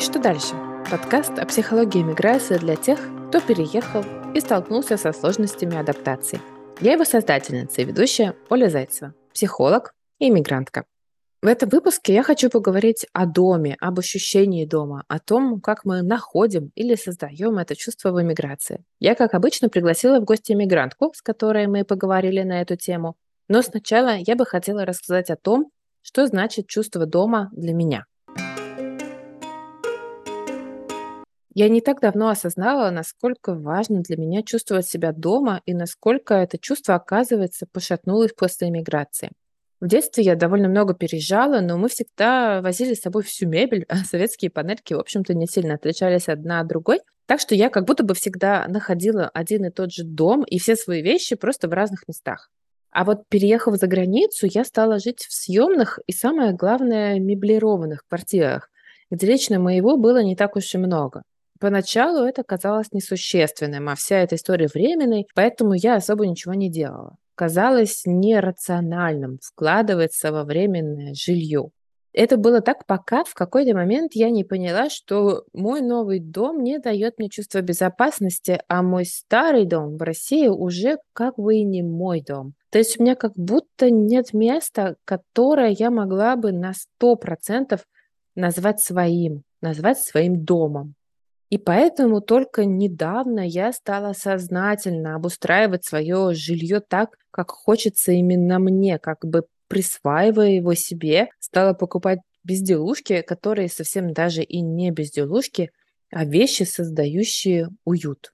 Что дальше? Подкаст о психологии миграции для тех, кто переехал и столкнулся со сложностями адаптации. Я его создательница и ведущая Оля Зайцева, психолог и иммигрантка. В этом выпуске я хочу поговорить о доме, об ощущении дома, о том, как мы находим или создаем это чувство в эмиграции. Я, как обычно, пригласила в гости иммигрантку, с которой мы поговорили на эту тему. Но сначала я бы хотела рассказать о том, что значит чувство дома для меня. Я не так давно осознала, насколько важно для меня чувствовать себя дома и насколько это чувство, оказывается, пошатнулось после эмиграции. В детстве я довольно много переезжала, но мы всегда возили с собой всю мебель, а советские панельки, в общем-то, не сильно отличались одна от другой. Так что я как будто бы всегда находила один и тот же дом и все свои вещи просто в разных местах. А вот переехав за границу, я стала жить в съемных и, самое главное, меблированных квартирах, где лично моего было не так уж и много. Поначалу это казалось несущественным, а вся эта история временной, поэтому я особо ничего не делала. Казалось нерациональным вкладываться во временное жилье. Это было так, пока в какой-то момент я не поняла, что мой новый дом не дает мне чувства безопасности, а мой старый дом в России уже как бы и не мой дом. То есть у меня как будто нет места, которое я могла бы на 100% назвать своим домом. И поэтому только недавно я стала сознательно обустраивать свое жилье так, как хочется именно мне, как бы присваивая его себе, стала покупать безделушки, которые совсем даже и не безделушки, а вещи, создающие уют.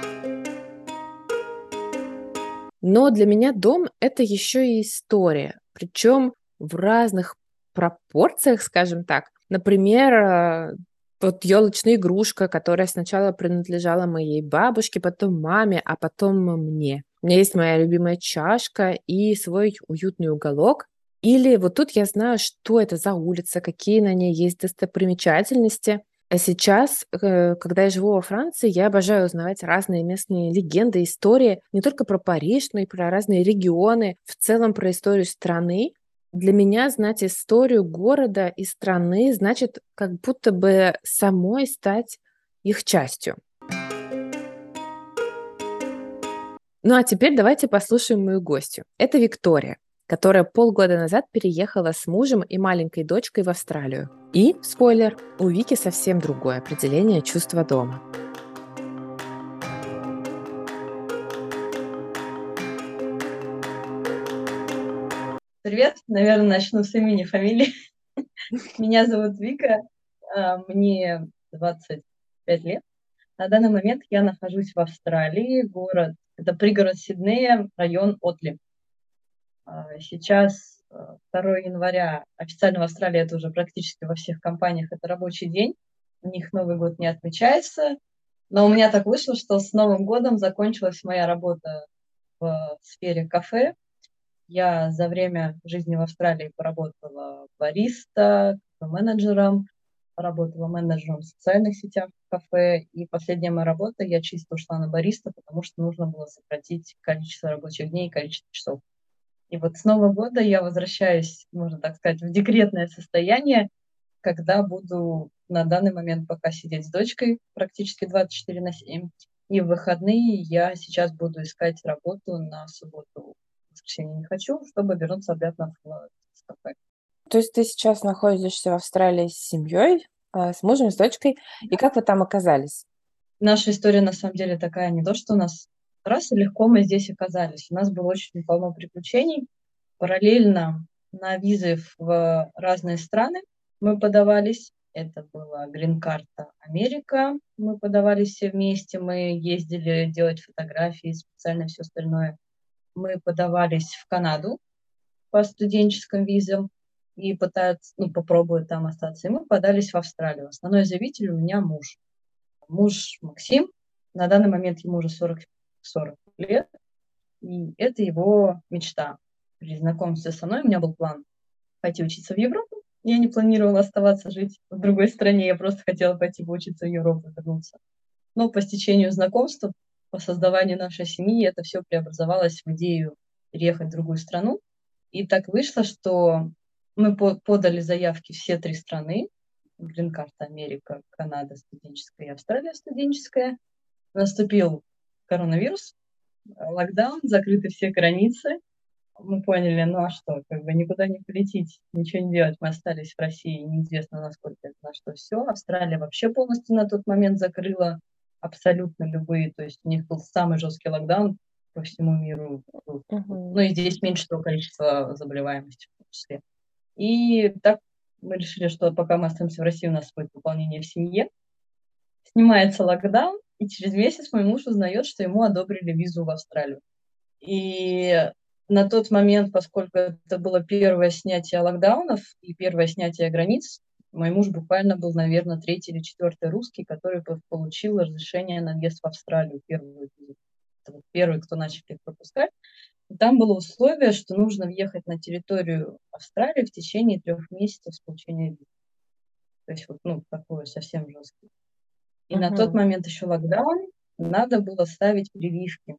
Но для меня дом– это еще и история, причем в разных пропорциях, скажем так. Например, вот елочная игрушка, которая сначала принадлежала моей бабушке, потом маме, а потом мне. У меня есть моя любимая чашка и свой уютный уголок. Или вот тут я знаю, что это за улица, какие на ней есть достопримечательности. А сейчас, когда я живу во Франции, я обожаю узнавать разные местные легенды, истории, не только про Париж, но и про разные регионы, в целом про историю страны. Для меня знать историю города и страны значит как будто бы самой стать их частью. Ну а теперь давайте послушаем мою гостью. Это Виктория, которая полгода назад переехала с мужем и маленькой дочкой в Австралию. И, спойлер, у Вики совсем другое определение чувства дома. Привет, наверное, начну с имени, фамилии. Меня зовут Вика, мне 25 лет. На данный момент я нахожусь в Австралии, это пригород Сиднея, район Отли. Сейчас 2 января, официально в Австралии это уже практически во всех компаниях, это рабочий день, у них Новый год не отмечается, но у меня так вышло, что с Новым годом закончилась моя работа в сфере кафе. Я за время жизни в Австралии поработала бариста, менеджером, поработала менеджером в социальных сетях в кафе. И последняя моя работа, я чисто ушла на бариста, потому что нужно было сократить количество рабочих дней и количество часов. И вот с Нового года я возвращаюсь, можно так сказать, в декретное состояние, когда буду на данный момент пока сидеть с дочкой практически 24/7. И в выходные я сейчас буду искать работу на субботу, воскресенье не хочу, чтобы вернуться обратно в кафе. То есть ты сейчас находишься в Австралии с семьей, с мужем, с дочкой, и как вы там оказались? Наша история на самом деле такая, не то, что у нас раз и легко мы здесь оказались. У нас было очень полно приключений. Параллельно на визы в разные страны мы подавались. Это была грин-карта Америка. Мы подавались все вместе. Мы ездили делать фотографии, специально все остальное. Мы подавались в Канаду по студенческим визам и пытаются, попробуют там остаться. И мы подались в Австралию. Основной заявитель у меня муж. Муж Максим. На данный момент ему уже 40 лет. И это его мечта. При знакомстве со мной у меня был план пойти учиться в Европу. Я не планировала оставаться жить в другой стране. Я просто хотела пойти поучиться в Европу и вернуться. Но по стечению знакомства, по создаванию нашей семьи, это все преобразовалось в идею переехать в другую страну. И так вышло, что мы подали заявки все 3 страны. грин-карта Америка, Канада студенческая и Австралия студенческая. Наступил коронавирус, локдаун, закрыты все границы. Мы поняли, ну а что, как бы никуда не полететь, ничего не делать. Мы остались в России, неизвестно, насколько это, на что все. Австралия вообще полностью на тот момент закрыла абсолютно любые, то есть у них был самый жесткий локдаун по всему миру. Ну Мгм. и здесь меньше того количества заболеваемости в том числе. И так мы решили, что пока мы остаемся в России, у нас будет выполнение в семье. Снимается локдаун, и через месяц мой муж узнает, что ему одобрили визу в Австралию. И на тот момент, поскольку это было первое снятие локдаунов и первое снятие границ, мой муж буквально был, наверное, третий или четвертый русский, который получил разрешение на въезд в Австралию, первую визу. Это вот первый, кто начал их пропускать. И там было условие, что нужно въехать на территорию Австралии в течение 3 месяцев с получения визы. То есть вот, ну, такое совсем жесткое. И на тот Мгм. момент еще локдаун, надо было ставить прививки.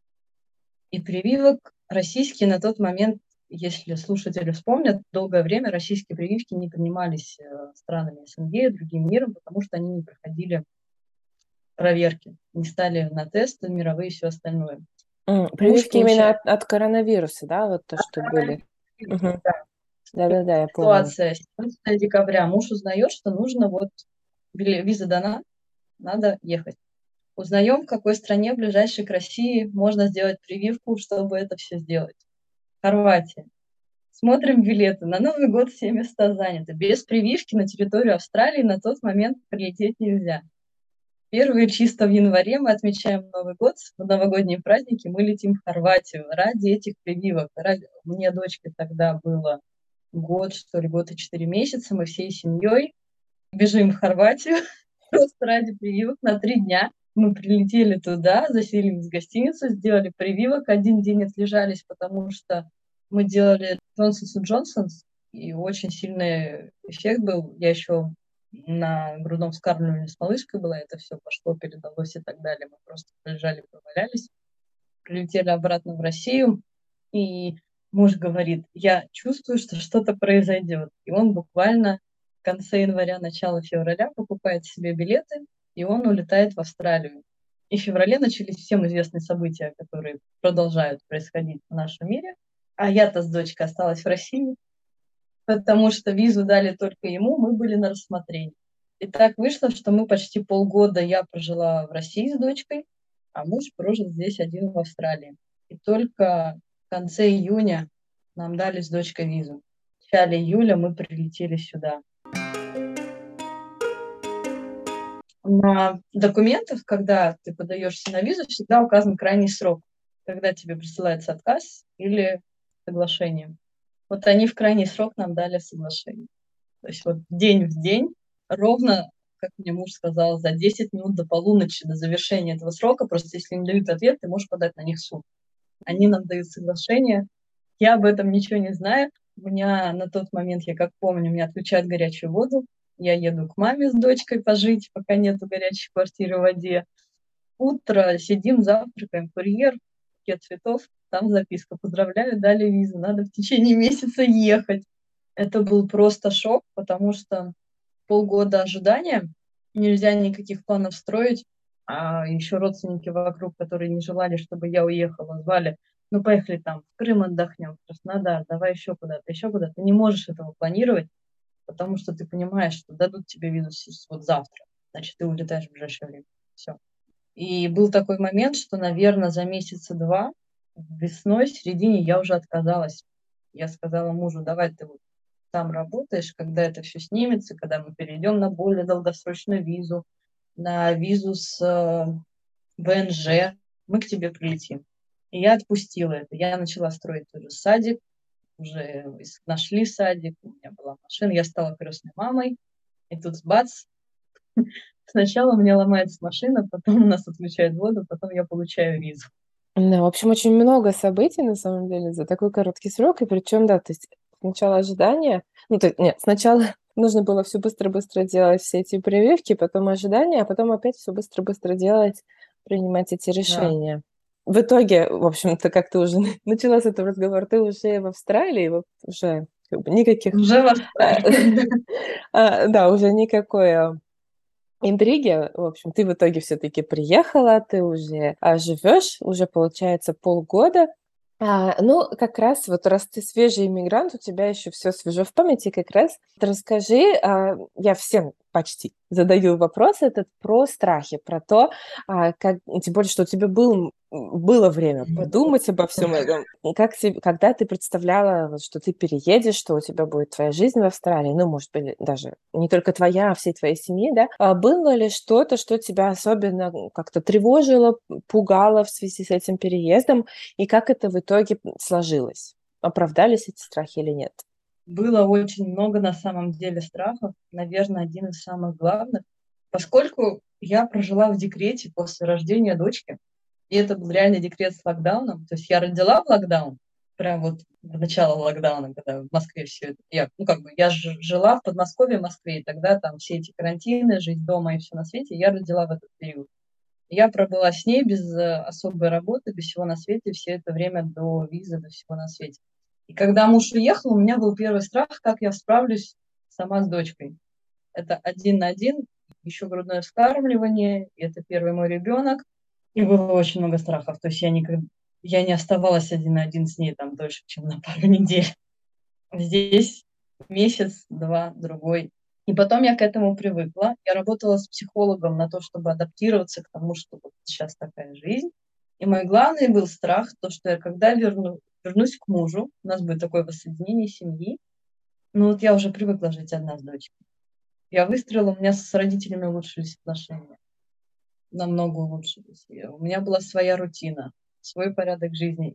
И прививок российские на тот момент, если слушатели вспомнят, долгое время российские прививки не принимались странами СНГ и другим миром, потому что они не проходили проверки, не стали на тесты мировые и все остальное. Муж, Прививки именно получается, от коронавируса, да, вот то, что были. Мгм. да, Да-да-да, я помню. ситуация 17 декабря. Муж узнает, что нужно вот, виза дана, надо ехать. Узнаем, в какой стране ближайшей к России можно сделать прививку, чтобы это все сделать. Хорватия. Смотрим билеты. На Новый год все места заняты. Без прививки на территорию Австралии на тот момент прилететь нельзя. Первые чисто в январе мы отмечаем Новый год. В новогодние праздники мы летим в Хорватию ради этих прививок. Мне дочке тогда было год, что ли, год и 4 месяца. Мы всей семьей бежим в Хорватию просто ради прививок на 3 дня. Мы прилетели туда, заселились в гостиницу, сделали прививок. 1 день отлежались, потому что мы делали Джонсон и Джонсонс, и очень сильный эффект был. Я еще на грудном вскармливании с малышкой была, это все пошло, передалось и так далее. Мы просто лежали, провалялись, прилетели обратно в Россию, и муж говорит, я чувствую, что что-то произойдет. И он буквально в конце января, начало февраля покупает себе билеты, и он улетает в Австралию. И в феврале начались всем известные события, которые продолжают происходить в нашем мире. А я-то с дочкой осталась в России, потому что визу дали только ему, мы были на рассмотрении. И так вышло, что мы почти полгода, я прожила в России с дочкой, а муж прожил здесь один в Австралии. И только в конце июня нам дали с дочкой визу. В начале июля мы прилетели сюда. На документах, когда ты подаешься на визу, всегда указан крайний срок, когда тебе присылается отказ или соглашение. Вот они в крайний срок нам дали соглашение. То есть вот день в день, ровно, как мне муж сказал, за 10 минут до полуночи, до завершения этого срока, просто если им дают ответ, ты можешь подать на них в суд. Они нам дают соглашение. Я об этом ничего не знаю. У меня на тот момент, я как помню, меня отключают горячую воду. Я еду к маме с дочкой пожить, пока нету горячей квартиры в воде. Утро, сидим, завтракаем, курьер, букет цветов, там записка. Поздравляю, дали визу, надо в течение месяца ехать. Это был просто шок, потому что полгода ожидания, нельзя никаких планов строить, а еще родственники вокруг, которые не желали, чтобы я уехала, звали, ну поехали там, в Крым отдохнем, в Краснодар, давай еще куда-то, еще куда-то. Ты не можешь этого планировать, потому что ты понимаешь, что дадут тебе визу вот завтра, значит, ты улетаешь в ближайшее время. Все. И был такой момент, что, наверное, за месяца два, весной, в середине, я уже отказалась. Я сказала мужу, давай ты вот там работаешь, когда это все снимется, когда мы перейдем на более долгосрочную визу, на визу с ВНЖ, мы к тебе прилетим. И я отпустила это. Я начала строить уже садик, уже нашли садик, у меня была машина, я стала крестной мамой, и тут бац, сначала у меня ломается машина, потом у нас отключают воду, потом я получаю визу. Да, в общем, очень много событий, на самом деле, за такой короткий срок. И причем, да, то есть сначала ожидания, ну, то есть, нет, сначала нужно было все быстро-быстро делать, все эти прививки, потом ожидания, а потом опять все быстро-быстро делать, принимать эти Да, решения. В итоге, в общем-то, как ты уже начала с этого разговора, ты уже в Австралии, вот уже как бы никаких, Уже в а, Австралии, да. да, уже никакой интриги. В общем, ты в итоге все-таки приехала, ты уже живешь, уже получается полгода. Ну, как раз вот раз ты свежий иммигрант, у тебя еще все свежо в памяти, как раз расскажи, я всем почти задаю вопрос этот про страхи, про то, как, тем более, что у тебя было время подумать обо всем этом. Когда ты представляла, вот, что ты переедешь, что у тебя будет твоя жизнь в Австралии, ну, может быть, даже не только твоя, а всей твоей семьи, да, было ли что-то, что тебя особенно как-то тревожило, пугало в связи с этим переездом, и как это в итоге сложилось? Оправдались эти страхи или нет? Было очень много на самом деле страхов. Наверное, один из самых главных. Поскольку я прожила в декрете после рождения дочки, и это был реальный декрет с локдауном. То есть я родила в локдаун, прям вот в начало локдауна, когда в Москве все это. Я жила в Подмосковье, Москве, и тогда там все эти карантины, жизнь дома и все на свете, я родила в этот период. Я пробыла с ней без особой работы, без всего на свете, все это время до визы, до всего на свете. И когда муж уехал, у меня был первый страх, как я справлюсь сама с дочкой. Это 1 на 1, еще грудное вскармливание, и это первый мой ребенок. И было очень много страхов. То есть я не оставалась 1 на 1 с ней там дольше, чем на пару недель. Здесь месяц, два, другой. И потом я к этому привыкла. Я работала с психологом на то, чтобы адаптироваться к тому, что вот сейчас такая жизнь. И мой главный был страх, то, что я когда вернусь к мужу, у нас будет такое воссоединение семьи, ну вот я уже привыкла жить одна с дочкой. Я выстроила, у меня с родителями улучшились отношения, намного улучшились. У меня была своя рутина, свой порядок жизни.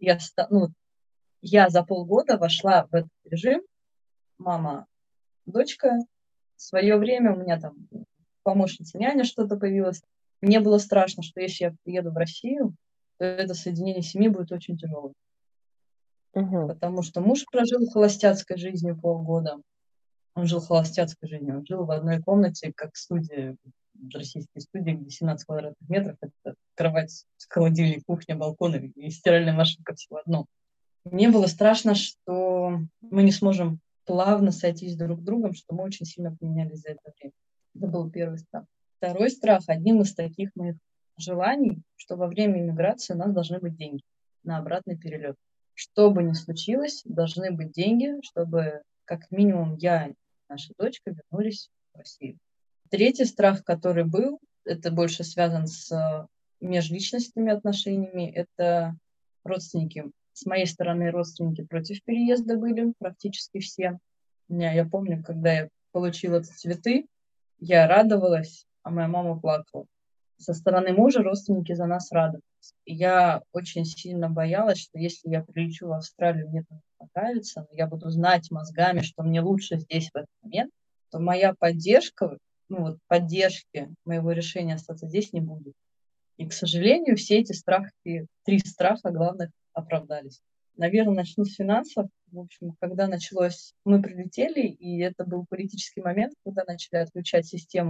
Я за полгода вошла в этот режим: мама, дочка, свое время, у меня там помощница няня что-то появилась. Мне было страшно, что если я приеду в Россию, то это соединение семьи будет очень тяжелым, Мгм. потому что муж прожил холостяцкой жизнью полгода. Он жил холостяцкой жизнью, он жил в одной комнате, как студия, российские студии, где 17 квадратных метров, это кровать, холодильник, кухня, балкон и стиральная машинка все в одном. Мне было страшно, что мы не сможем плавно сойтись друг с другом, что мы очень сильно поменялись за это время. Это был первый страх. Второй страх, одним из таких моих желаний, что во время иммиграции у нас должны быть деньги на обратный перелет. Что бы ни случилось, должны быть деньги, чтобы как минимум я и наша дочка вернулись в Россию. Третий страх, который был, это больше связан с межличностными отношениями, это родственники. С моей стороны родственники против переезда были практически все. Я помню, когда я получила цветы, я радовалась, а моя мама плакала. Со стороны мужа родственники за нас радовались. И я очень сильно боялась, что если я прилечу в Австралию, мне там не понравится, но я буду знать мозгами, что мне лучше здесь в этот момент, то моя поддержка, поддержки моего решения остаться здесь не будет. И, к сожалению, все эти страхи, 3 страха главных оправдались. Наверное, начну с финансов. В общем, когда мы прилетели, и это был политический момент, когда начали отключать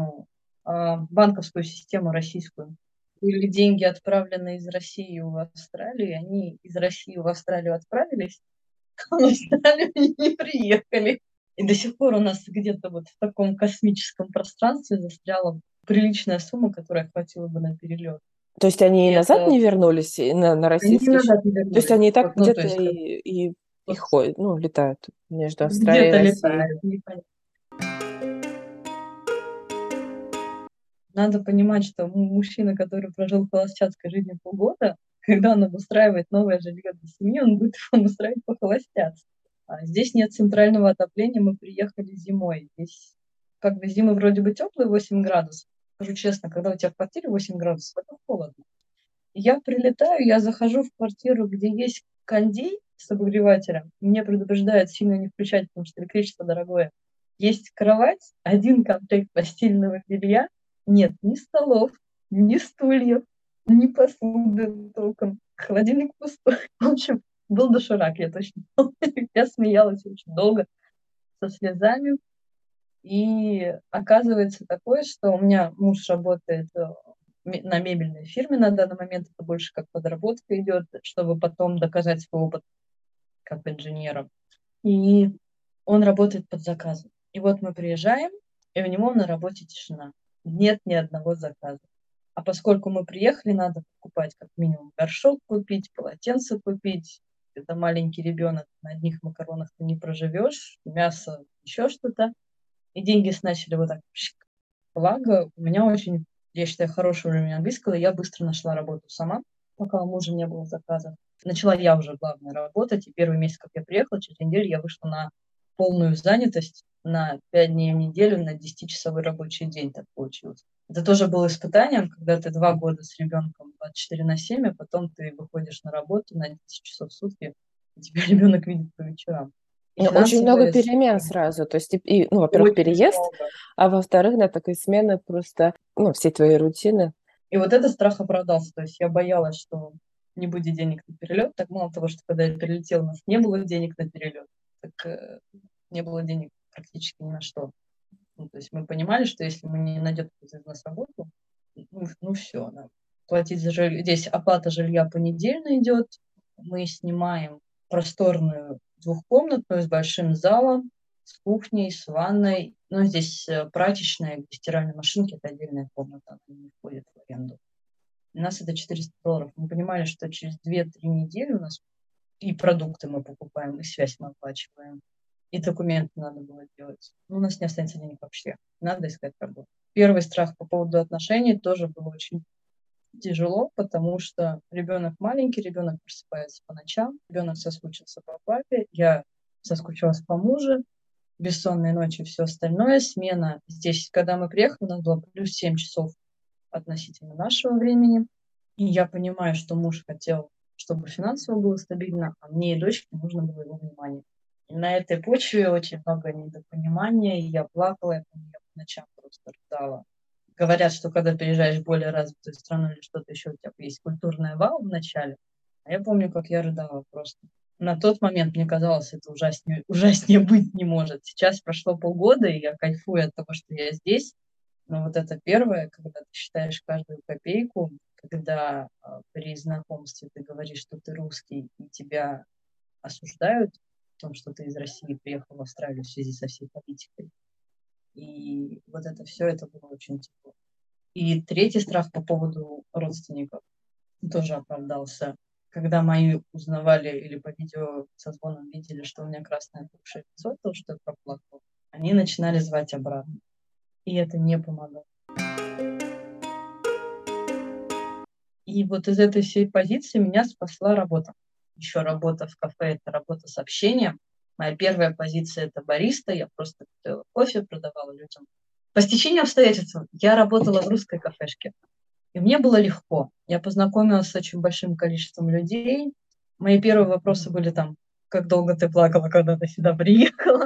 банковскую систему российскую. Были деньги, отправленные из России в Австралию, они из России в Австралию отправились, а в Австралию не приехали. И до сих пор у нас где-то вот в таком космическом пространстве застряла приличная сумма, которая хватила бы на перелет. То есть И они и назад это не вернулись, и на они не российский счет? назад не То есть вернулись. они и так Вот, ну, то где-то есть как и вот ходят, ну, летают между Австралией и где-то Россией. летают, непонятно. Надо понимать, что мужчина, который прожил холостяцкой жизнью полгода, когда он обустраивает новое жилье для семьи, он будет его обустраивать по-холостяцки. Здесь нет центрального отопления, мы приехали зимой. Здесь как бы зимы вроде бы теплые, 8 градусов. Скажу честно, когда у тебя в квартире 8 градусов, это холодно. Я прилетаю, я захожу в квартиру, где есть кондей с обогревателем. Меня предупреждают сильно не включать, потому что электричество дорогое. Есть кровать, один комплект постельного белья. Нет ни столов, ни стульев, ни посуды толком. Холодильник пустой. В общем, был доширак, я точно помню. Я смеялась очень долго, со слезами. И оказывается такое, что у меня муж работает на мебельной фирме на данный момент, это больше как подработка идет, чтобы потом доказать свой опыт как инженера. И Он работает под заказом. И вот мы приезжаем, и у него на работе тишина. Нет ни одного заказа. А поскольку мы приехали, надо покупать как минимум горшок купить, полотенце купить. Это маленький ребенок, на одних макаронах ты не проживешь, мясо, еще что-то. И деньги начали вот так. Благо, у меня очень, я считаю, хороший уровень английского, и я быстро нашла работу сама, пока у мужа не было заказа. Начала я уже, главное, работать, и первый месяц, как я приехала, через неделю я вышла на полную занятость на 5 дней в неделю, на 10-часовой рабочий день так получилось. Это тоже было испытанием, когда ты 2 года с ребенком 24/7, а потом ты выходишь на работу на 10 часов в сутки, и тебя ребенок видит по вечерам. И Ну, очень много финансовая перемен сфера сразу. То есть, ну, во-первых, очень переезд, много. а во-вторых, да, такой смены просто, ну, всей твоей рутины. И вот этот страх оправдался. То есть я боялась, что не будет денег на перелет. Так мало того, что когда я перелетела, у нас не было денег на перелет, так не было денег практически ни на что. Ну, то есть мы понимали, что если мы не найдем из нас работу, ну все, да. Платить за жилье. Здесь оплата жилья понедельно идет. Мы снимаем просторную двухкомнатную с большим залом, с кухней, с ванной. Ну, здесь прачечная, где стиральные машинки, это отдельная комната, она не входит в аренду. У нас это $400. Мы понимали, что через 2-3 недели у нас и продукты мы покупаем, и связь мы оплачиваем, и документы надо было делать. Ну, у нас не останется денег вообще. Надо искать работу. Первый страх по поводу отношений тоже был очень тяжело, потому что ребенок маленький, ребенок просыпается по ночам, ребенок соскучился по папе, я соскучилась по мужу, бессонные ночи, все остальное, смена. Здесь, когда мы приехали, у нас было плюс 7 часов относительно нашего времени. И я понимаю, что муж хотел, чтобы финансово было стабильно, а мне и дочке нужно было его внимание. И на этой почве очень много недопонимания, и я плакала, я помню, я по ночам просто рыдала. Говорят, что когда переезжаешь в более развитую страну или что-то еще, у тебя есть культурная вау в начале. А я помню, как я рыдала просто. На тот момент мне казалось, это ужаснее быть не может. Сейчас прошло полгода, и я кайфую от того, что я здесь. Но вот это первое, когда ты считаешь каждую копейку, когда при знакомстве ты говоришь, что ты русский, и тебя осуждают в том, что ты из России приехал в Австралию в связи со всей политикой. И вот это все, это было очень тепло. И третий страх по поводу родственников тоже оправдался. Когда мои узнавали или по видео со звоном видели, что у меня красное опухшее лицо, то, что я проплакала, они начинали звать обратно. И это не помогало. И вот из этой всей позиции меня спасла работа. Еще работа в кафе — это работа с общением. Моя первая позиция — это бариста. Я просто готовила кофе, продавала людям. По стечению обстоятельств я работала в русской кафешке. И мне было легко. Я познакомилась с очень большим количеством людей. Мои первые вопросы были там: как долго ты плакала, когда ты сюда приехала?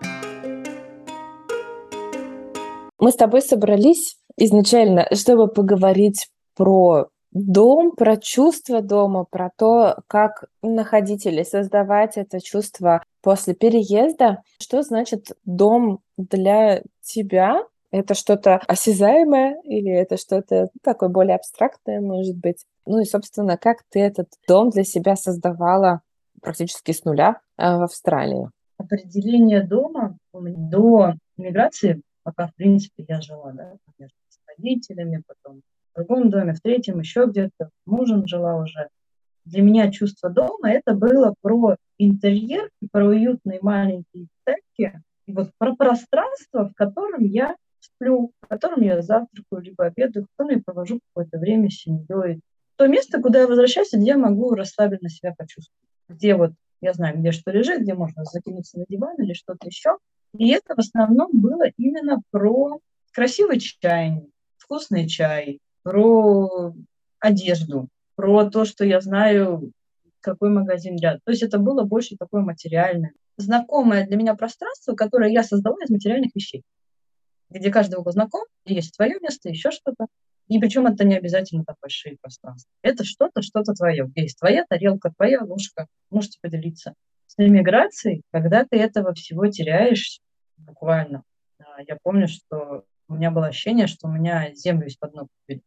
Мы с тобой собрались изначально, чтобы поговорить про дом, про чувство дома, про то, как находить или создавать это чувство после переезда. Что значит дом для тебя? Это что-то осязаемое или это что-то такое более абстрактное, может быть? Ну и, собственно, как ты этот дом для себя создавала практически с нуля в Австралии? Определение дома у меня до миграции, пока, в принципе, я жила, да, я жила с родителями, потом в другом доме, в третьем, еще где-то, с мужем жила уже. Для меня чувство дома — это было про интерьер, про уютные маленькие цепки, и вот про пространство, в котором я сплю, в котором я завтракаю, либо обедаю, в котором я провожу какое-то время с семьей. То место, куда я возвращаюсь, где я могу расслабленно себя почувствовать. Где вот я знаю, где что лежит, где можно закинуться на диван или что-то еще. И это в основном было именно про красивый чай, вкусный чай, про одежду, про то, что я знаю, какой магазин рядом. То есть это было больше такое материальное. Знакомое для меня пространство, которое я создала из материальных вещей, где каждый угол знаком, есть твое место, еще что-то. И причем это не обязательно так большие пространства. Это что-то твое, где есть твоя тарелка, твоя ложка, можете поделиться. С эмиграцией, когда ты этого всего теряешь, буквально, я помню, что у меня было ощущение, что у меня землю из-под ног выбили.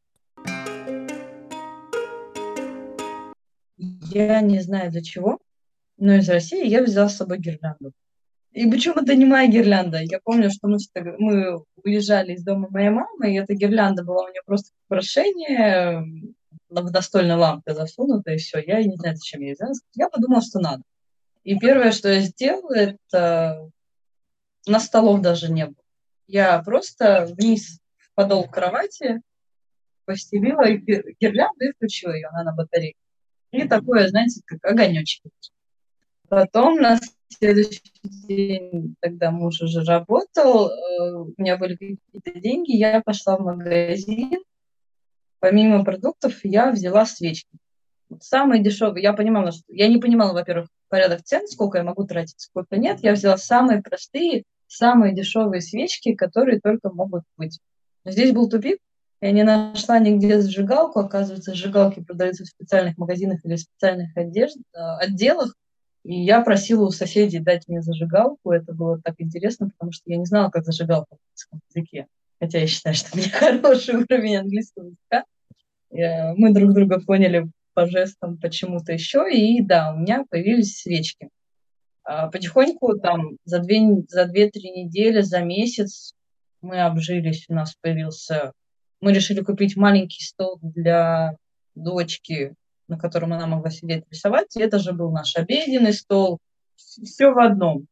Я не знаю для чего, но из России я взяла с собой гирлянду. И почему-то не моя гирлянда. Я помню, что мы уезжали из дома моей мамы, и эта гирлянда была у нее просто как украшение, в настольной лампе засунута, и все. Я не знаю, зачем я ее взяла. Я подумала, что надо. И первое, что я сделала, это на столов даже не было. Я просто вниз в подол кровати постелила гирлянду и включила ее, она на батарее. И такое, знаете, как огонечек. Потом на следующий день, когда муж уже работал, у меня были какие-то деньги, я пошла в магазин. Помимо продуктов я взяла свечки. Вот самые дешевые. Я не понимала, во-первых, порядок цен, сколько я могу тратить, сколько нет. Я взяла самые простые, самые дешевые свечки, которые только могут быть. Но здесь был тупик. Я не нашла нигде зажигалку. Оказывается, зажигалки продаются в специальных магазинах или в специальных отделах. И я просила у соседей дать мне зажигалку. Это было так интересно, потому что я не знала, как зажигалка в английском языке. Хотя я считаю, что у меня хороший уровень английского языка. Мы друг друга поняли по жестам, почему-то еще. И да, у меня появились свечки. Потихоньку там за 2-3 недели, за месяц мы обжились. У нас появился... Мы решили купить маленький стол для дочки, на котором она могла сидеть рисовать. И это же был наш обеденный стол. Все в одном.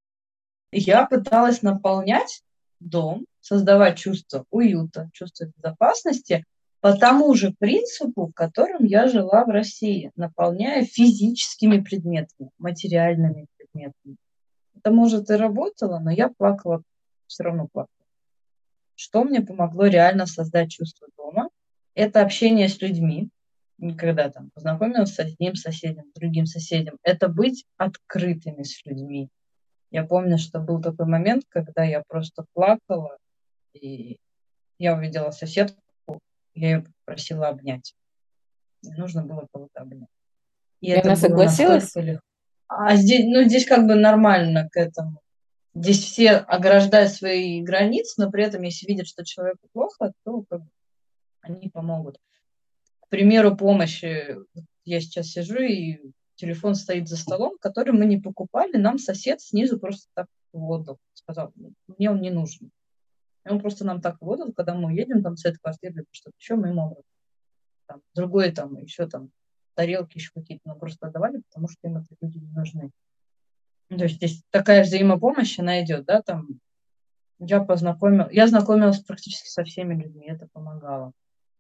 Я пыталась наполнять дом, создавать чувство уюта, чувство безопасности по тому же принципу, в котором я жила в России, наполняя физическими предметами, материальными предметами. Это, может, и работало, но я плакала, все равно плакала. Что мне помогло реально создать чувство дома? Это общение с людьми, когда там познакомилась с одним соседем, с другим соседем. Это быть открытыми с людьми. Я помню, что был такой момент, когда я просто плакала, и я увидела соседку, я ее попросила обнять. Мне нужно было кого-то обнять. И И это она было согласилась? настолько легко. А здесь, ну, здесь как бы нормально к этому. Здесь все ограждают свои границы, но при этом, если видят, что человеку плохо, то как бы они помогут. К примеру, помощи. Я сейчас сижу, и телефон стоит за столом, который мы не покупали. Нам сосед снизу просто так отдал. Сказал, мне он не нужен. И он просто нам так выдал, когда мы уедем там с этой квартиры или что-то еще, мы ему там, другое там, еще там, тарелки еще какие-то нам просто отдавали, потому что им это люди не нужны. То есть здесь такая взаимопомощь, она идет, да, там, я знакомилась практически со всеми людьми, это помогало.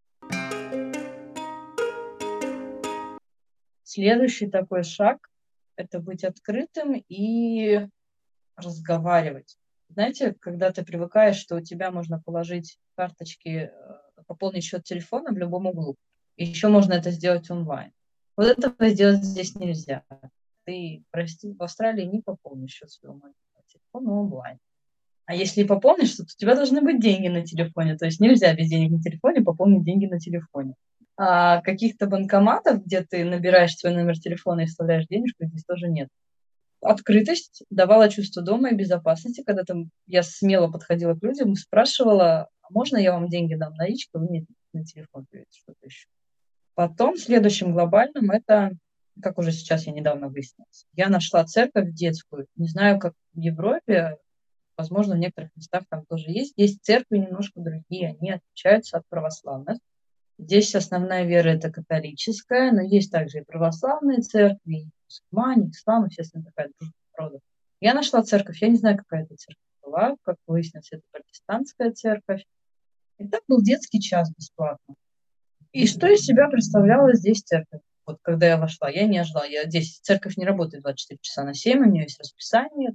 Следующий такой шаг – это быть открытым и разговаривать. Знаете, когда ты привыкаешь, что у тебя можно положить карточки, пополнить счет телефона в любом углу, и еще можно это сделать онлайн. Вот этого сделать здесь нельзя. Ты, прости, в Австралии не пополнишь счет своего мобильного телефона онлайн. А если и пополнишь, то у тебя должны быть деньги на телефоне. То есть нельзя без денег на телефоне пополнить деньги на телефоне. А каких-то банкоматов, где ты набираешь свой номер телефона и вставляешь денежку, здесь тоже нет. Открытость давала чувство дома и безопасности, когда там я смело подходила к людям и спрашивала, а можно я вам деньги дам наличкой, вы мне на телефон переведете, что-то еще. Потом следующим глобальным это, как уже сейчас я недавно выяснилась, я нашла церковь детскую, не знаю, как в Европе, возможно, в некоторых местах там тоже есть церкви немножко другие, они отличаются от православных. Здесь основная вера это католическая, но есть также и православные церкви, и мусульмане, ислам, естественно, такая дружба народов. Я нашла церковь, я не знаю, какая это церковь была, как выяснилось, это протестантская церковь. И так был детский час бесплатно. И что из себя представляла здесь церковь? Вот когда я вошла, я не ожидала. Здесь церковь не работает 24 часа на 7, у нее есть расписание,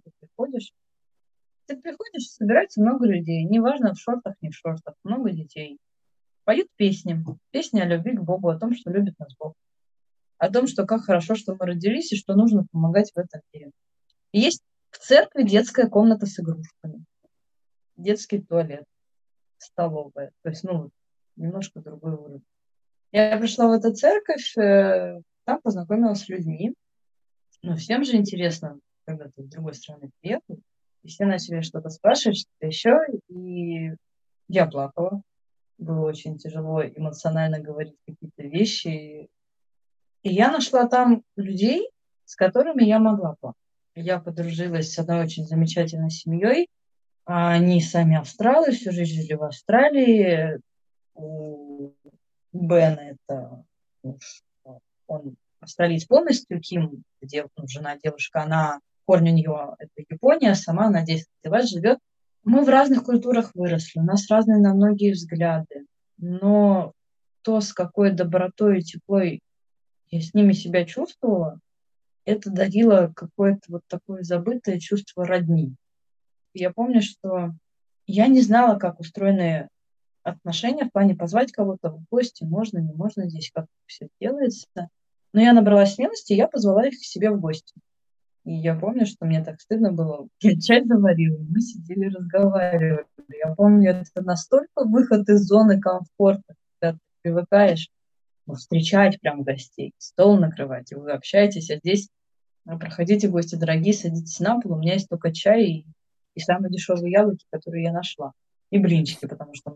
ты приходишь, собирается много людей, неважно, в шортах, не в шортах, много детей. Поют песни. Песни о любви к Богу, о том, что любит нас Бог. О том, что как хорошо, что мы родились, и что нужно помогать в этом мире. И есть в церкви детская комната с игрушками, детский туалет, столовая. То есть, ну, немножко другой уровень. Я пришла в эту церковь, там познакомилась с людьми. Ну, всем же интересно, когда ты с другой страны приехал. И все начали что-то спрашивать, что-то еще. И я плакала. Было очень тяжело эмоционально говорить какие-то вещи. И я нашла там людей, с которыми я могла плакать. Я подружилась с одной очень замечательной семьей. Они сами австралы, всю жизнь жили в Австралии. У Бена это муж, он австралиец полностью, Ким, жена, девушка, она, корни у нее это Япония, сама она 10 лет живет. Мы в разных культурах выросли, у нас разные на многие взгляды, но то, с какой добротой и теплой я с ними себя чувствовала, это дарило какое-то вот такое забытое чувство родни. Я помню, что я не знала, как устроены отношения в плане позвать кого-то в гости, можно, не можно здесь, как все делается. Но я набралась смелости, и я позвала их к себе в гости. И я помню, что мне так стыдно было. Я чай заварила, мы сидели, разговаривали. Я помню, это настолько выход из зоны комфорта, когда ты привыкаешь встречать прям гостей, стол накрывать, и вы общаетесь, а здесь проходите, гости дорогие, садитесь на пол, у меня есть только чай и самые дешевые яблоки, которые я нашла. И блинчики, потому что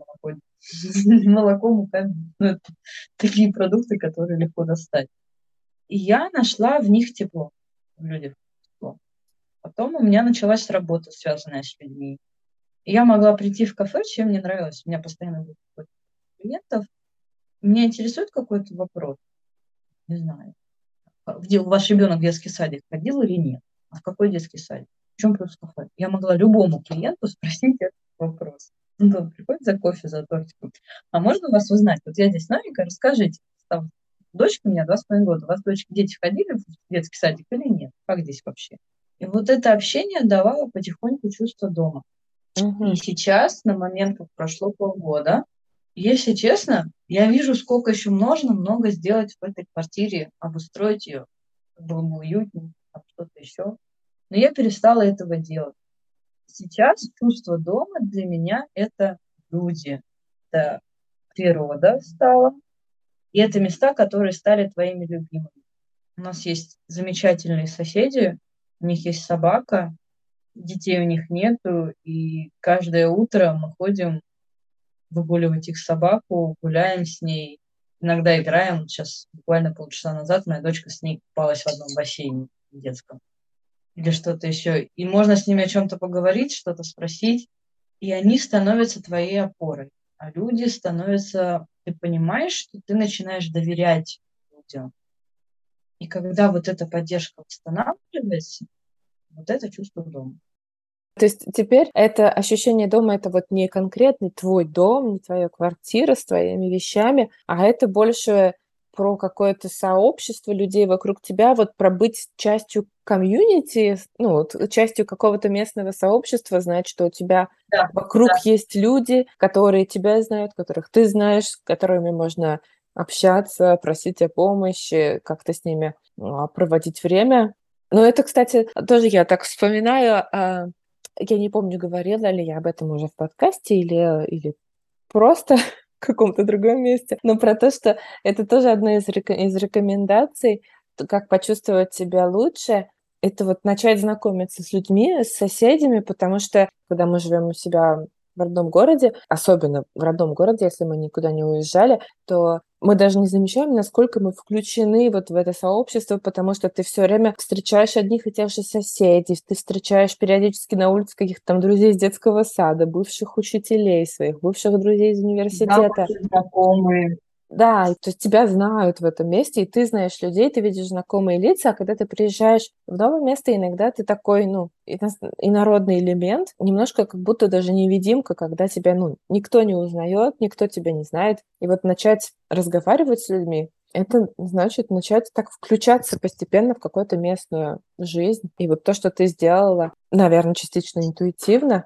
молоко, мука, ну, это такие продукты, которые легко достать. И я нашла в них тепло, в людях тепло. Потом у меня началась работа, связанная с людьми. И я могла прийти в кафе, чем мне нравилось. У меня постоянно было клиентов. Меня интересует какой-то вопрос, не знаю. Где ваш ребенок в детский садик ходил или нет? А в какой детский садик? В чем плюс кафе? Я могла любому клиенту спросить этот вопрос. Он приходит за кофе, за тортиком. А можно вас узнать? Вот я здесь новенькая, расскажите. Там, дочка у меня 2,5 года. У вас, дочки, дети ходили в детский садик или нет? Как здесь вообще? И вот это общение давало потихоньку чувство дома. И Мгм. сейчас, на момент, как прошло полгода, если честно, я вижу, сколько еще можно много сделать в этой квартире, обустроить ее, было бы уютнее, там что-то еще. Но я перестала этого делать. Сейчас чувство дома для меня — это люди, это природа стала, и это места, которые стали твоими любимыми. У нас есть замечательные соседи, у них есть собака, детей у них нету, и каждое утро мы ходим выгуливать их собаку, гуляем с ней, иногда играем. Вот сейчас буквально полчаса назад моя дочка с ней купалась в одном бассейне детском или что-то еще. И можно с ними о чем-то поговорить, что-то спросить, и они становятся твоей опорой. А люди становятся... Ты понимаешь, что ты начинаешь доверять людям. И когда вот эта поддержка восстанавливается, вот это чувство дома. То есть теперь это ощущение дома — это вот не конкретный твой дом, не твоя квартира с твоими вещами, а это больше про какое-то сообщество людей вокруг тебя, вот про быть частью комьюнити, ну, вот частью какого-то местного сообщества, знать, что у тебя Да, вокруг да. есть люди, которые тебя знают, которых ты знаешь, с которыми можно общаться, просить о помощи, как-то с ними проводить время. Но это, кстати, тоже я так вспоминаю, я не помню, говорила ли я об этом уже в подкасте или просто в каком-то другом месте, но про то, что это тоже одна из рекомендаций, как почувствовать себя лучше. Это вот начать знакомиться с людьми, с соседями, потому что когда мы живем у себя в родном городе, особенно в родном городе, если мы никуда не уезжали, то мы даже не замечаем, насколько мы включены вот в это сообщество, потому что ты все время встречаешь одних и тех же соседей, ты встречаешь периодически на улице каких-то там друзей из детского сада, бывших учителей своих, бывших друзей из Да, университета. ваши знакомые. Да, то есть тебя знают в этом месте, и ты знаешь людей, ты видишь знакомые лица, а когда ты приезжаешь в новое место, иногда ты такой, ну, инородный элемент, немножко как будто даже невидимка, когда тебя, ну, никто не узнает, никто тебя не знает. И вот начать разговаривать с людьми, это значит начать так включаться постепенно в какую-то местную жизнь. И вот то, что ты сделала, наверное, частично интуитивно.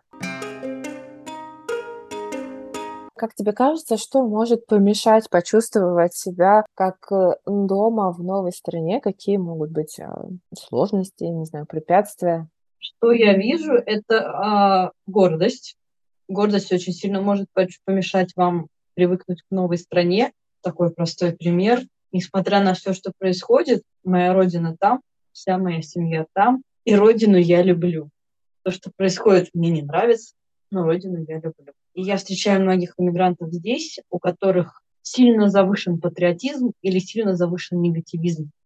Как тебе кажется, что может помешать почувствовать себя как дома в новой стране? Какие могут быть сложности, не знаю, препятствия? Что я вижу, это гордость. Гордость очень сильно может помешать вам привыкнуть к новой стране. Такой простой пример. Несмотря на все, что происходит, моя родина там, вся моя семья там, и родину я люблю. То, что происходит, мне не нравится, но родину я люблю. И я встречаю многих иммигрантов здесь, у которых сильно завышен патриотизм или сильно завышен негативизм.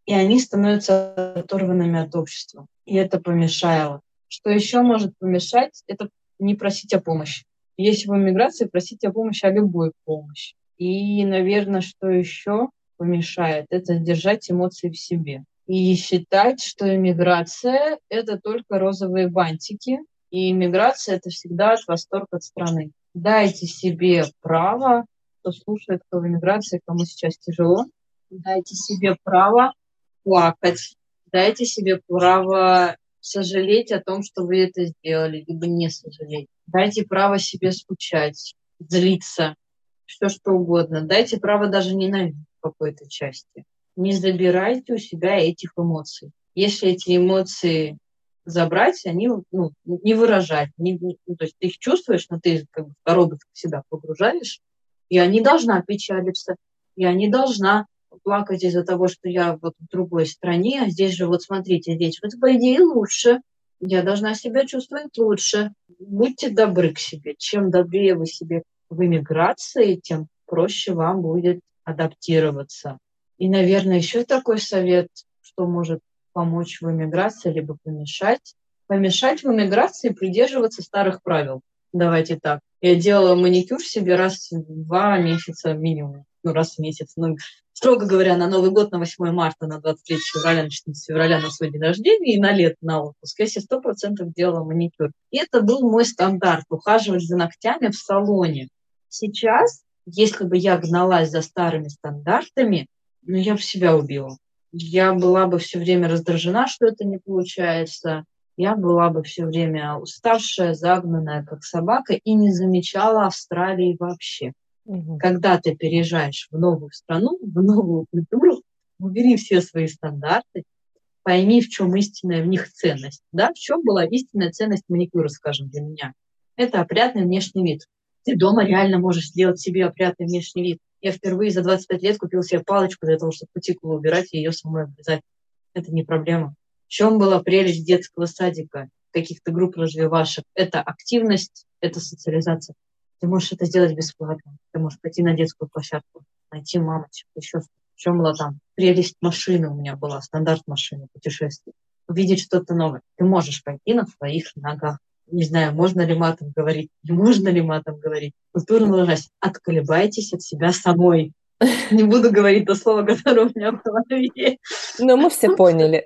и они становятся оторванными от общества. И это помешало. Что еще может помешать, это не просить о помощи. Если вы в миграции, просите о помощи, о любой помощи. И, наверное, что еще помешает, это держать эмоции в себе. И считать, что иммиграция — это только розовые бантики, и иммиграция — это всегда восторг от страны. Дайте себе право, кто слушает, кто в иммиграции, кому сейчас тяжело, дайте себе право плакать, дайте себе право сожалеть о том, что вы это сделали, либо не сожалеть. Дайте право себе скучать, злиться, все что угодно. Дайте право даже ненавидеть в какой-то части. Не забирайте у себя этих эмоций. Если эти эмоции забрать, они не выражать. То есть ты их чувствуешь, но ты как бы в коробочку себя погружаешь. Я не должна печалиться, я не должна плакать из-за того, что я вот в другой стране, а здесь же, вот смотрите, здесь вот по идее лучше. Я должна себя чувствовать лучше. Будьте добры к себе. Чем добрее вы себе в эмиграции, тем проще вам будет адаптироваться. И, наверное, еще такой совет, что может помочь в эмиграции, либо помешать. Помешать в эмиграции придерживаться старых правил. Давайте так. Я делала маникюр себе раз в 2 месяца минимум. Раз в месяц. Строго говоря, на Новый год, на 8 марта, на 23 февраля, на 14 февраля, на свой день рождения и на лето, на отпуск. Я себе 100% делала маникюр. И это был мой стандарт — ухаживать за ногтями в салоне. Сейчас, если бы я гналась за старыми стандартами, я бы себя убила. Я была бы все время раздражена, что это не получается. Я была бы все время уставшая, загнанная, как собака, и не замечала Австралии вообще. Когда ты переезжаешь в новую страну, в новую культуру, убери все свои стандарты, пойми, в чем истинная в них ценность. Да? В чем была истинная ценность маникюра, скажем, для меня? Это опрятный внешний вид. Ты дома реально можешь сделать себе опрятный внешний вид. Я впервые за 25 лет купила себе палочку для того, чтобы кутикулу убирать и ее самой обрезать. Это не проблема. В чем была прелесть детского садика, каких-то групп развивашек? Это активность, это социализация. Ты можешь это сделать бесплатно. Ты можешь пойти на детскую площадку, найти мамочек, еще что-то. В чем была там прелесть машины у меня была, стандарт машины, путешествий. Увидеть что-то новое. Ты можешь пойти на своих ногах. Не знаю, можно ли матом говорить, не можно ли матом говорить. Культурно выражаясь, отколебайтесь от себя самой. Не буду говорить то слово, которое у меня в голове. Но мы все поняли.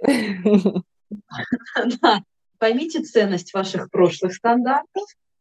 Да. Поймите ценность ваших прошлых стандартов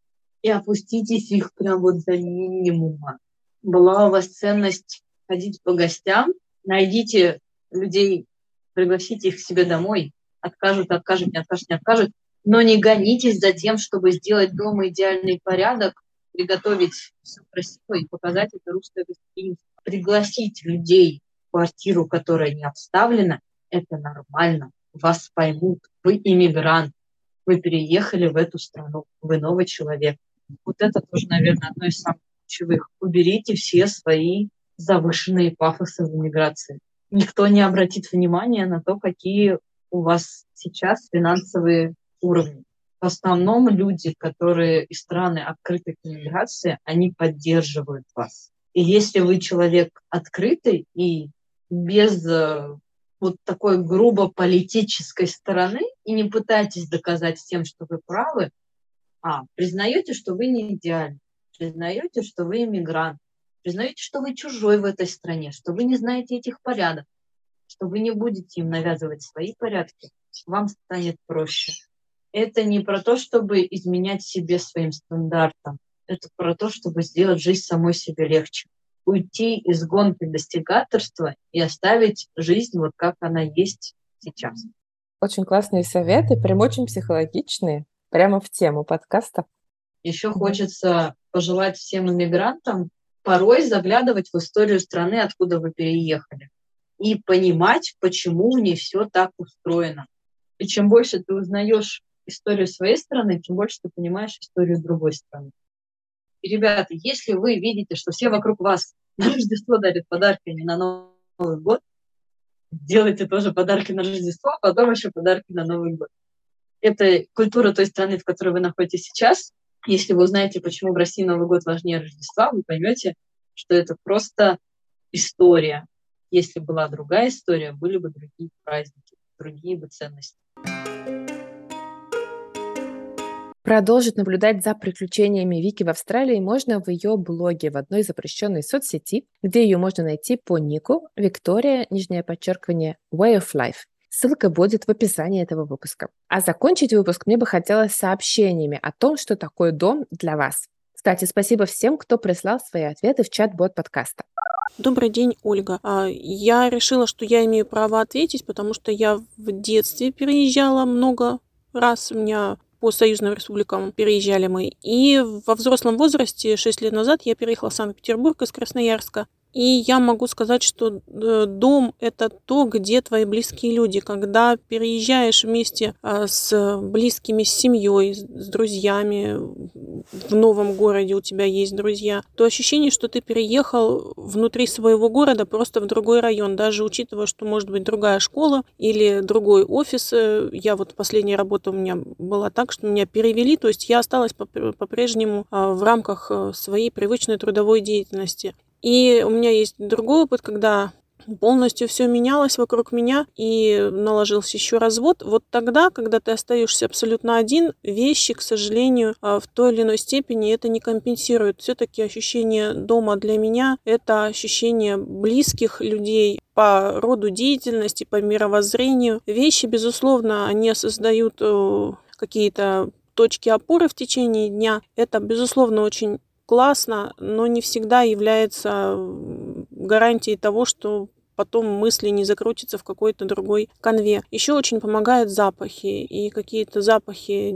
и опуститесь их прям вот до минимума. Была у вас ценность ходить по гостям, найдите людей, пригласите их к себе домой, откажут, не откажут, но не гонитесь за тем, чтобы сделать дома идеальный порядок, приготовить все красиво и показать это русское гостеприимство. Пригласить людей в квартиру, которая не обставлена, это нормально, вас поймут, вы иммигрант, вы переехали в эту страну, вы новый человек. Вот это тоже, наверное, одно из самых ключевых. Уберите все свои завышенные пафосы в иммиграции. Никто не обратит внимания на то, какие у вас сейчас финансовые уровни. В основном люди, которые из страны открыты к иммиграции, они поддерживают вас. И если вы человек открытый и без вот такой грубо политической стороны и не пытаетесь доказать тем, что вы правы, признаете, что вы не идеальны, признаете, что вы иммигрант, признаете, что вы чужой в этой стране, что вы не знаете этих порядок, что вы не будете им навязывать свои порядки, вам станет проще. Это не про то, чтобы изменять себе своим стандартам, это про то, чтобы сделать жизнь самой себе легче. Уйти из гонки достигаторства и оставить жизнь вот как она есть сейчас. Очень классные советы, прям очень психологичные, прямо в тему подкаста. Еще хочется пожелать всем иммигрантам порой заглядывать в историю страны, откуда вы переехали, и понимать, почему в ней все так устроено. И чем больше ты узнаешь историю своей страны, тем больше ты понимаешь историю другой страны. И, ребята, если вы видите, что все вокруг вас на Рождество дарят подарки, а не на Новый год, делайте тоже подарки на Рождество, а потом еще подарки на Новый год. Это культура той страны, в которой вы находитесь сейчас. Если вы узнаете, почему в России Новый год важнее Рождества, вы поймете, что это просто история. если была другая история, были бы другие праздники, другие бы ценности. Продолжить наблюдать за приключениями Вики в Австралии можно в ее блоге в одной запрещенной соцсети, где ее можно найти по нику Виктория, Way of Life. Ссылка будет в описании этого выпуска. А закончить выпуск мне бы хотелось сообщениями о том, что такое дом для вас. Кстати, спасибо всем, кто прислал свои ответы в чат-бот подкаста. Добрый день, Ольга. Я решила, что я имею право ответить, потому что я в детстве переезжала много раз. У меня по союзным республикам переезжали мы. И во взрослом возрасте, 6 лет назад, я переехала в Санкт-Петербург из Красноярска. И я могу сказать, что дом – это то, где твои близкие люди. Когда переезжаешь вместе с близкими, с семьей, с друзьями, в новом городе у тебя есть друзья, то ощущение, что ты переехал внутри своего города просто в другой район, даже учитывая, что может быть другая школа или другой офис. Я вот последняя работа у меня была так, что меня перевели, то есть я осталась по-прежнему в рамках своей привычной трудовой деятельности. И у меня есть другой опыт, когда полностью все менялось вокруг меня и наложился еще развод. Вот тогда, когда ты остаешься абсолютно один, вещи, к сожалению, в той или иной степени это не компенсирует. Все-таки ощущение дома для меня – это ощущение близких людей по роду деятельности, по мировоззрению. Вещи, безусловно, они создают какие-то точки опоры в течение дня. Это, безусловно, очень классно, но не всегда является гарантией того, что потом мысли не закрутятся в какой-то другой канве. Еще очень помогают запахи. И какие-то запахи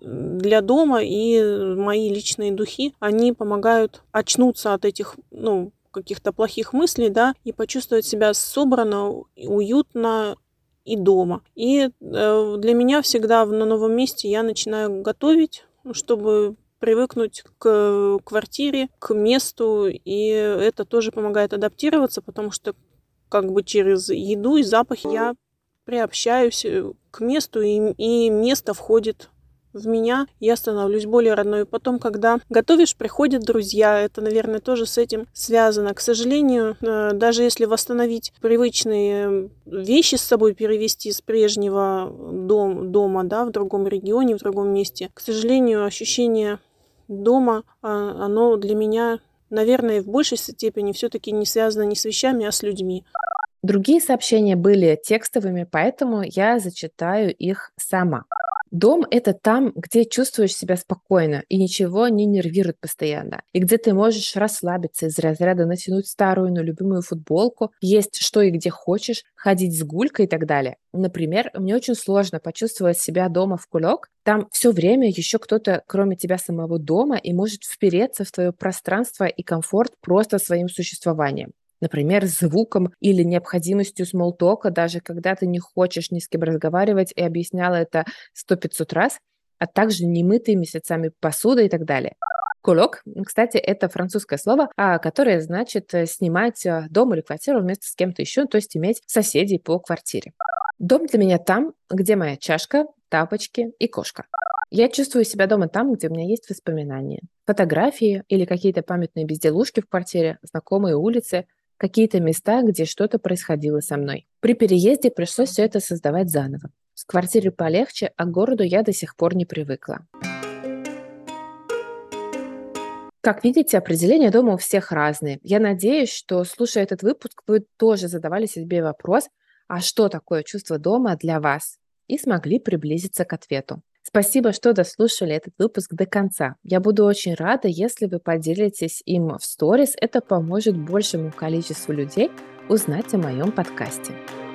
для дома, и мои личные духи, они помогают очнуться от этих, каких-то плохих мыслей, да, и почувствовать себя собранно, уютно и дома. И для меня всегда на новом месте я начинаю готовить, чтобы привыкнуть к квартире, к месту, и это тоже помогает адаптироваться, потому что как бы через еду и запах я приобщаюсь к месту, и место входит в меня, я становлюсь более родной. Потом, когда готовишь, приходят друзья, это, наверное, тоже с этим связано. К сожалению, даже если восстановить привычные вещи с собой, перевести с прежнего дома, да, в другом регионе, в другом месте, к сожалению, ощущение дома, оно для меня, наверное, в большей степени все-таки не связано не с вещами, а с людьми. Другие сообщения были текстовыми, поэтому я зачитаю их сама. Дом – это там, где чувствуешь себя спокойно и ничего не нервирует постоянно. И где ты можешь расслабиться из разряда натянуть старую, но любимую футболку, есть что и где хочешь, ходить с гулькой и так далее. Например, мне очень сложно почувствовать себя дома в кулек. Там все время еще кто-то, кроме тебя самого дома, и может впереться в твое пространство и комфорт просто своим существованием. Например, звуком или необходимостью смолтока, даже когда ты не хочешь ни с кем разговаривать и объясняла это 100-500 раз, а также немытой месяцами посуда и так далее. Кулек, кстати, это французское слово, которое значит снимать дом или квартиру вместе с кем-то еще, то есть иметь соседей по квартире. Дом для меня там, где моя чашка, тапочки и кошка. Я чувствую себя дома там, где у меня есть воспоминания, фотографии или какие-то памятные безделушки в квартире, знакомые улицы, какие-то места, где что-то происходило со мной. При переезде пришлось все это создавать заново. С квартирой полегче, а к городу я до сих пор не привыкла. Как видите, определения дома у всех разные. Я надеюсь, что, слушая этот выпуск, вы тоже задавали себе вопрос, а что такое чувство дома для вас? И смогли приблизиться к ответу. Спасибо, что дослушали этот выпуск до конца. Я буду очень рада, если вы поделитесь им в сторис. Это поможет большему количеству людей узнать о моем подкасте.